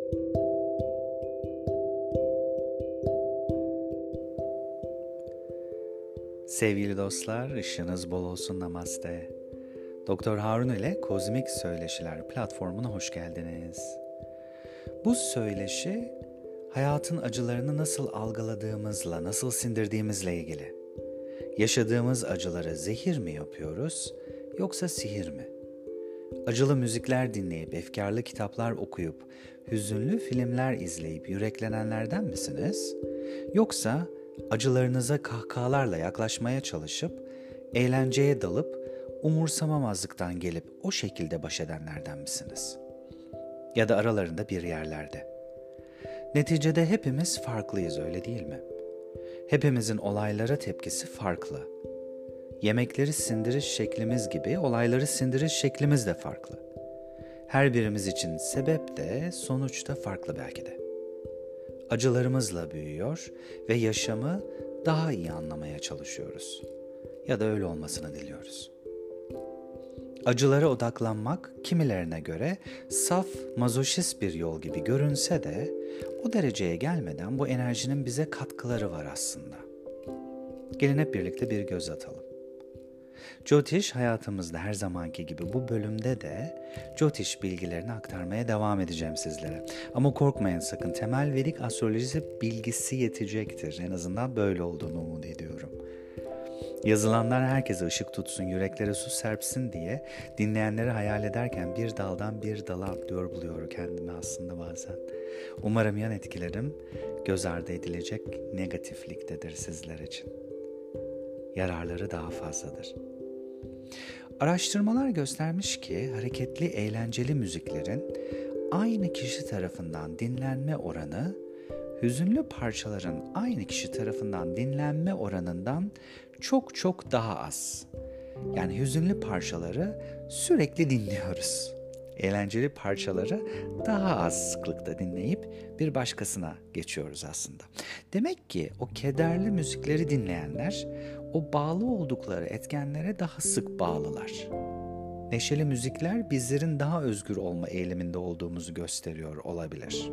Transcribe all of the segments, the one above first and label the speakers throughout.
Speaker 1: Sevgili dostlar, ışığınız bol olsun, namaste. Doktor Harun ile Kozmik Söyleşiler platformuna hoş geldiniz. Bu söyleşi, hayatın acılarını nasıl algıladığımızla, nasıl sindirdiğimizle ilgili. Yaşadığımız acıları zehir mi yapıyoruz, yoksa sihir mi? Acılı müzikler dinleyip, efkarlı kitaplar okuyup, hüzünlü filmler izleyip yüreklenenlerden misiniz? Yoksa acılarınıza kahkahalarla yaklaşmaya çalışıp, eğlenceye dalıp, umursamamazlıktan gelip o şekilde baş edenlerden misiniz? Ya da aralarında bir yerlerde. Neticede hepimiz farklıyız, öyle değil mi? Hepimizin olaylara tepkisi farklı. Yemekleri sindiriş şeklimiz gibi olayları sindiriş şeklimiz de farklı. Her birimiz için sebep de sonuç da farklı belki de. Acılarımızla büyüyor ve yaşamı daha iyi anlamaya çalışıyoruz. Ya da öyle olmasını diliyoruz. Acılara odaklanmak kimilerine göre saf, mazoşist bir yol gibi görünse de o dereceye gelmeden bu enerjinin bize katkıları var aslında. Gelin hep birlikte bir göz atalım. Jyotish hayatımızda her zamanki gibi bu bölümde de Jyotish bilgilerini aktarmaya devam edeceğim sizlere. Ama korkmayın sakın, temel Vedik astrolojisi bilgisi yetecektir. En azından böyle olduğunu umut ediyorum. Yazılanlar herkese ışık tutsun, yüreklere su serpsin diye dinleyenleri hayal ederken bir daldan bir dala atlıyor buluyorum kendimi aslında bazen. Umarım yan etkilerim göz ardı edilecek negatifliktedir sizler için. Yararları daha fazladır. Araştırmalar göstermiş ki hareketli, eğlenceli müziklerin aynı kişi tarafından dinlenme oranı, hüzünlü parçaların aynı kişi tarafından dinlenme oranından çok daha az. Yani hüzünlü parçaları sürekli dinliyoruz. Eğlenceli parçaları daha az sıklıkta dinleyip bir başkasına geçiyoruz aslında. Demek ki o kederli müzikleri dinleyenler o bağlı oldukları etkenlere daha sık bağlılar. Neşeli müzikler bizlerin daha özgür olma eğiliminde olduğumuzu gösteriyor olabilir.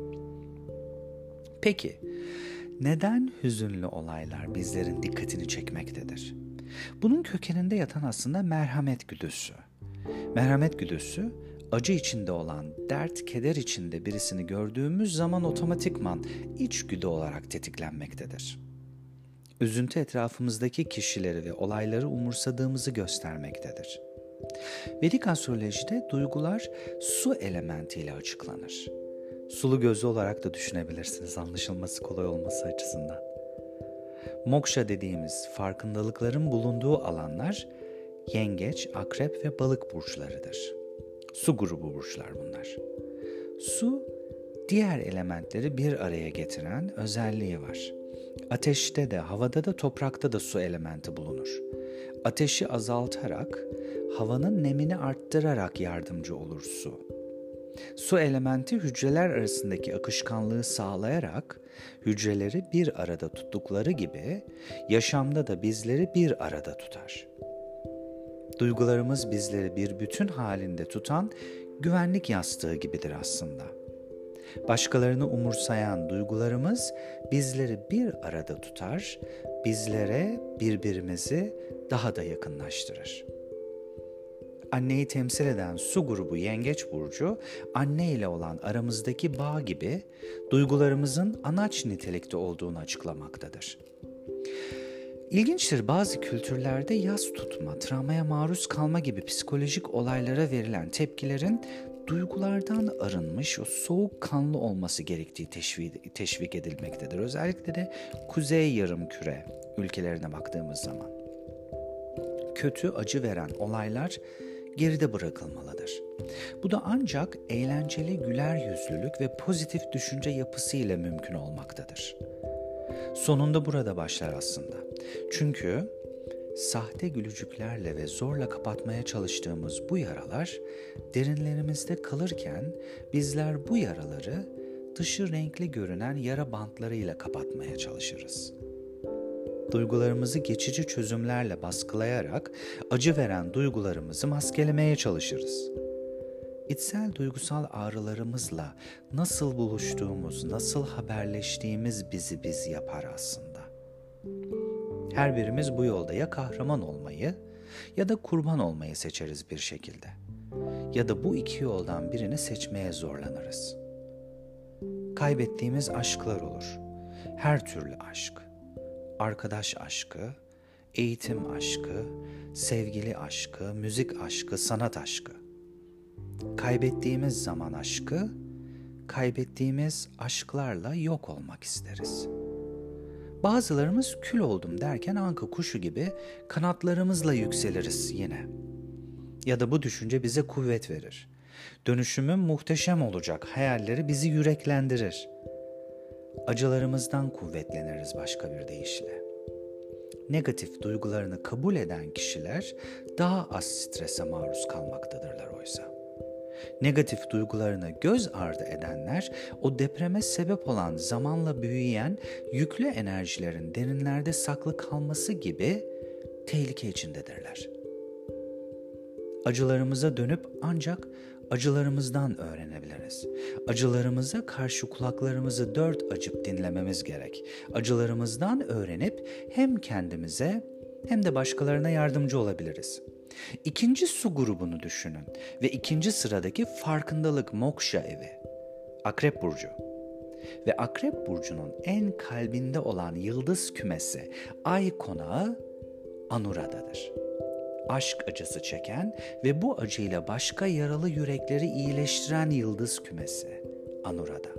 Speaker 1: Peki, neden hüzünlü olaylar bizlerin dikkatini çekmektedir? Bunun kökeninde yatan aslında merhamet güdüsü. Merhamet güdüsü, acı içinde olan, dert, keder içinde birisini gördüğümüz zaman otomatikman içgüdü olarak tetiklenmektedir. Üzüntü etrafımızdaki kişileri ve olayları umursadığımızı göstermektedir. Vedik astrolojide duygular su elementiyle açıklanır. Sulu gözü olarak da düşünebilirsiniz, anlaşılması kolay olması açısından. Moksha dediğimiz farkındalıkların bulunduğu alanlar yengeç, akrep ve balık burçlarıdır. Su grubu burçlar bunlar. Su, diğer elementleri bir araya getiren özelliği var. Ateşte de, havada da, toprakta da su elementi bulunur. Ateşi azaltarak, havanın nemini arttırarak yardımcı olur su. Su elementi hücreler arasındaki akışkanlığı sağlayarak hücreleri bir arada tuttukları gibi yaşamda da bizleri bir arada tutar. Duygularımız bizleri bir bütün halinde tutan güvenlik yastığı gibidir aslında. Başkalarını umursayan duygularımız bizleri bir arada tutar, bizlere birbirimizi daha da yakınlaştırır. Anneyi temsil eden su grubu Yengeç burcu, anne ile olan aramızdaki bağ gibi duygularımızın anaç nitelikte olduğunu açıklamaktadır. İlginçtir, bazı kültürlerde yas tutma, travmaya maruz kalma gibi psikolojik olaylara verilen tepkilerin duygulardan arınmış, o soğukkanlı olması gerektiği teşvik edilmektedir. Özellikle de Kuzey Yarımküre ülkelerine baktığımız zaman. Kötü, acı veren olaylar geride bırakılmalıdır. Bu da ancak eğlenceli güler yüzlülük ve pozitif düşünce yapısı ile mümkün olmaktadır. Sonunda burada başlar aslında. Çünkü sahte gülücüklerle ve zorla kapatmaya çalıştığımız bu yaralar derinlerimizde kalırken bizler bu yaraları dışı renkli görünen yara bantlarıyla kapatmaya çalışırız. Duygularımızı geçici çözümlerle baskılayarak acı veren duygularımızı maskelemeye çalışırız. içsel duygusal ağrılarımızla nasıl buluştuğumuz, nasıl haberleştiğimiz bizi biz yapar aslında. Her birimiz bu yolda ya kahraman olmayı ya da kurban olmayı seçeriz bir şekilde. Ya da bu iki yoldan birini seçmeye zorlanırız. Kaybettiğimiz aşklar olur. Her türlü aşk. Arkadaş aşkı, eğitim aşkı, sevgili aşkı, müzik aşkı, sanat aşkı. Kaybettiğimiz zaman aşkı, kaybettiğimiz aşklarla yok olmak isteriz. Bazılarımız kül oldum derken anka kuşu gibi kanatlarımızla yükseliriz yine. Ya da bu düşünce bize kuvvet verir. Dönüşümün muhteşem olacak hayalleri bizi yüreklendirir. Acılarımızdan kuvvetleniriz başka bir deyişle. Negatif duygularını kabul eden kişiler daha az strese maruz kalmaktadırlar oysa. Negatif duygularını göz ardı edenler o depreme sebep olan zamanla büyüyen yüklü enerjilerin derinlerde saklı kalması gibi tehlike içindedirler. Acılarımıza dönüp ancak acılarımızdan öğrenebiliriz. Acılarımıza karşı kulaklarımızı dört açıp dinlememiz gerek. Acılarımızdan öğrenip hem kendimize hem de başkalarına yardımcı olabiliriz. İkinci su grubunu düşünün ve ikinci sıradaki farkındalık moksha evi. Akrep Burcu. Ve Akrep Burcu'nun en kalbinde olan yıldız kümesi Ay konağı Anurada'dır. Aşk acısı çeken ve bu acıyla başka yaralı yürekleri iyileştiren yıldız kümesi Anurada.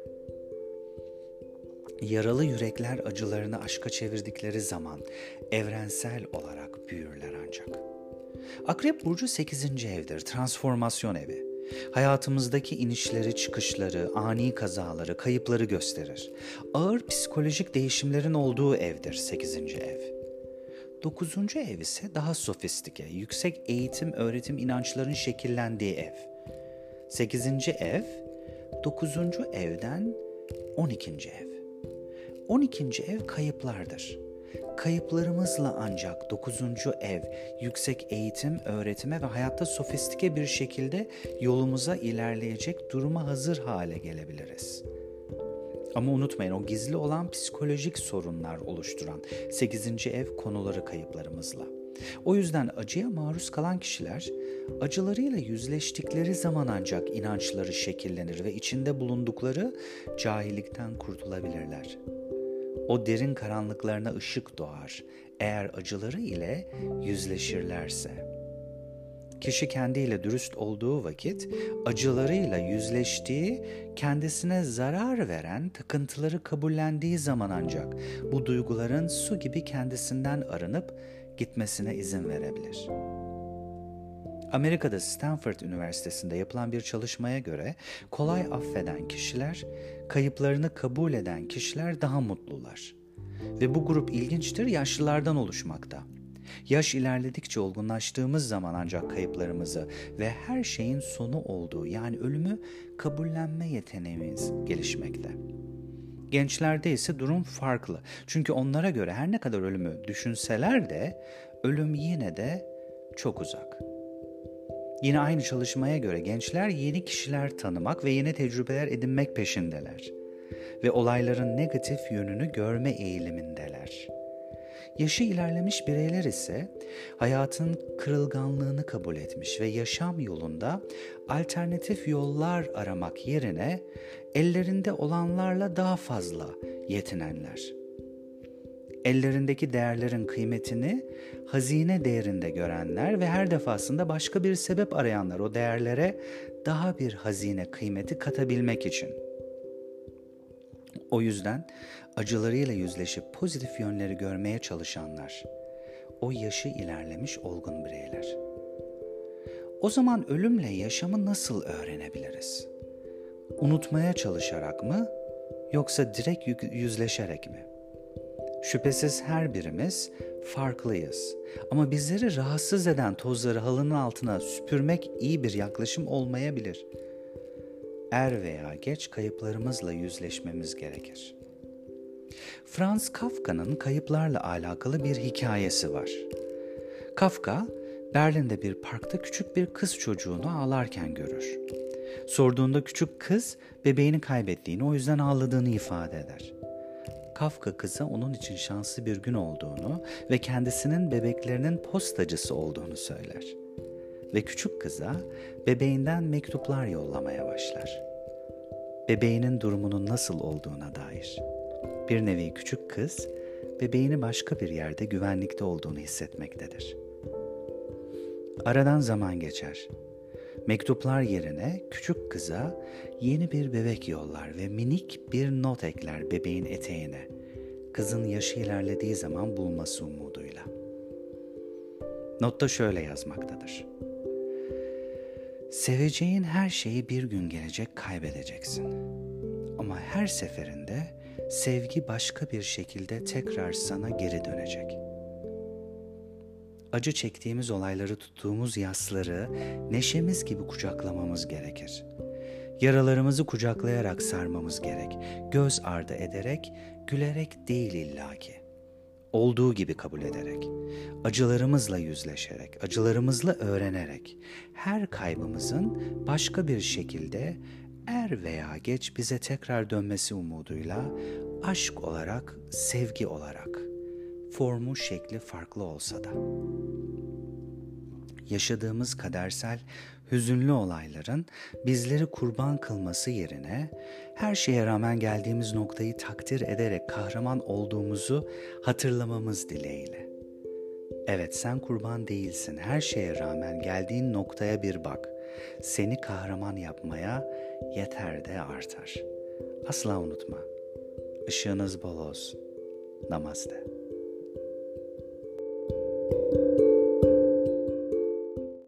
Speaker 1: Yaralı yürekler acılarını aşka çevirdikleri zaman evrensel olarak büyürler ancak. Akrep Burcu 8. evdir, transformasyon evi. Hayatımızdaki inişleri, çıkışları, ani kazaları, kayıpları gösterir. Ağır psikolojik değişimlerin olduğu evdir 8. ev. 9. ev ise daha sofistike, yüksek eğitim, öğretim inançların şekillendiği ev. 8. ev, 9. evden 12. ev. 12. ev kayıplardır. Kayıplarımızla ancak 9. ev yüksek eğitim, öğretime ve hayatta sofistike bir şekilde yolumuza ilerleyecek duruma hazır hale gelebiliriz. Ama unutmayın, o gizli olan psikolojik sorunlar oluşturan 8. ev konuları kayıplarımızla. O yüzden acıya maruz kalan kişiler acılarıyla yüzleştikleri zaman ancak inançları şekillenir ve içinde bulundukları cahillikten kurtulabilirler. O derin karanlıklarına ışık doğar eğer acıları ile yüzleşirlerse. Kişi kendiyle dürüst olduğu vakit acılarıyla yüzleştiği, kendisine zarar veren takıntıları kabullendiği zaman ancak bu duyguların su gibi kendisinden arınıp gitmesine izin verebilir. Amerika'da Stanford Üniversitesi'nde yapılan bir çalışmaya göre kolay affeden kişiler, kayıplarını kabul eden kişiler daha mutlular. Ve bu grup ilginçtir, yaşlılardan oluşmakta. Yaş ilerledikçe olgunlaştığımız zaman ancak kayıplarımızı ve her şeyin sonu olduğu, yani ölümü kabullenme yeteneğimiz gelişmekte. Gençlerde ise durum farklı. Çünkü onlara göre her ne kadar ölümü düşünseler de ölüm yine de çok uzak. Yine aynı çalışmaya göre gençler yeni kişiler tanımak ve yeni tecrübeler edinmek peşindeler ve olayların negatif yönünü görme eğilimindeler. Yaşı ilerlemiş bireyler ise hayatın kırılganlığını kabul etmiş ve yaşam yolunda alternatif yollar aramak yerine ellerinde olanlarla daha fazla yetinenler. Ellerindeki değerlerin kıymetini hazine değerinde görenler ve her defasında başka bir sebep arayanlar o değerlere daha bir hazine kıymeti katabilmek için. O yüzden acılarıyla yüzleşip pozitif yönleri görmeye çalışanlar, o yaşı ilerlemiş olgun bireyler. O zaman ölümle yaşamı nasıl öğrenebiliriz? Unutmaya çalışarak mı, yoksa direkt yüzleşerek mi? Şüphesiz her birimiz farklıyız. Ama bizleri rahatsız eden tozları halının altına süpürmek iyi bir yaklaşım olmayabilir. Er veya geç kayıplarımızla yüzleşmemiz gerekir. Franz Kafka'nın kayıplarla alakalı bir hikayesi var. Kafka, Berlin'de bir parkta küçük bir kız çocuğunu ağlarken görür. Sorduğunda küçük kız bebeğini kaybettiğini, o yüzden ağladığını ifade eder. Kafka kıza onun için şanslı bir gün olduğunu ve kendisinin bebeklerinin postacısı olduğunu söyler. Ve küçük kıza bebeğinden mektuplar yollamaya başlar. Bebeğinin durumunun nasıl olduğuna dair. Bir nevi küçük kız, bebeğini başka bir yerde güvenlikte olduğunu hissetmektedir. Aradan zaman geçer. Mektuplar yerine küçük kıza yeni bir bebek yollar ve minik bir not ekler bebeğin eteğine. Kızın yaşı ilerlediği zaman bulması umuduyla. Notta şöyle yazmaktadır: seveceğin her şeyi bir gün gelecek kaybedeceksin. Ama her seferinde sevgi başka bir şekilde tekrar sana geri dönecek. Acı çektiğimiz olayları tuttuğumuz yasları neşemiz gibi kucaklamamız gerekir. Yaralarımızı kucaklayarak sarmamız gerek. Göz ardı ederek, gülerek değil illaki. Olduğu gibi kabul ederek, acılarımızla yüzleşerek, acılarımızla öğrenerek, her kaybımızın başka bir şekilde er veya geç bize tekrar dönmesi umuduyla, aşk olarak, sevgi olarak, formu şekli farklı olsa da. Yaşadığımız kadersel, hüzünlü olayların bizleri kurban kılması yerine her şeye rağmen geldiğimiz noktayı takdir ederek kahraman olduğumuzu hatırlamamız dileğiyle. Evet, sen kurban değilsin. Her şeye rağmen geldiğin noktaya bir bak. Seni kahraman yapmaya yeter de artar. Asla unutma. Işığınız bol olsun. Namaste.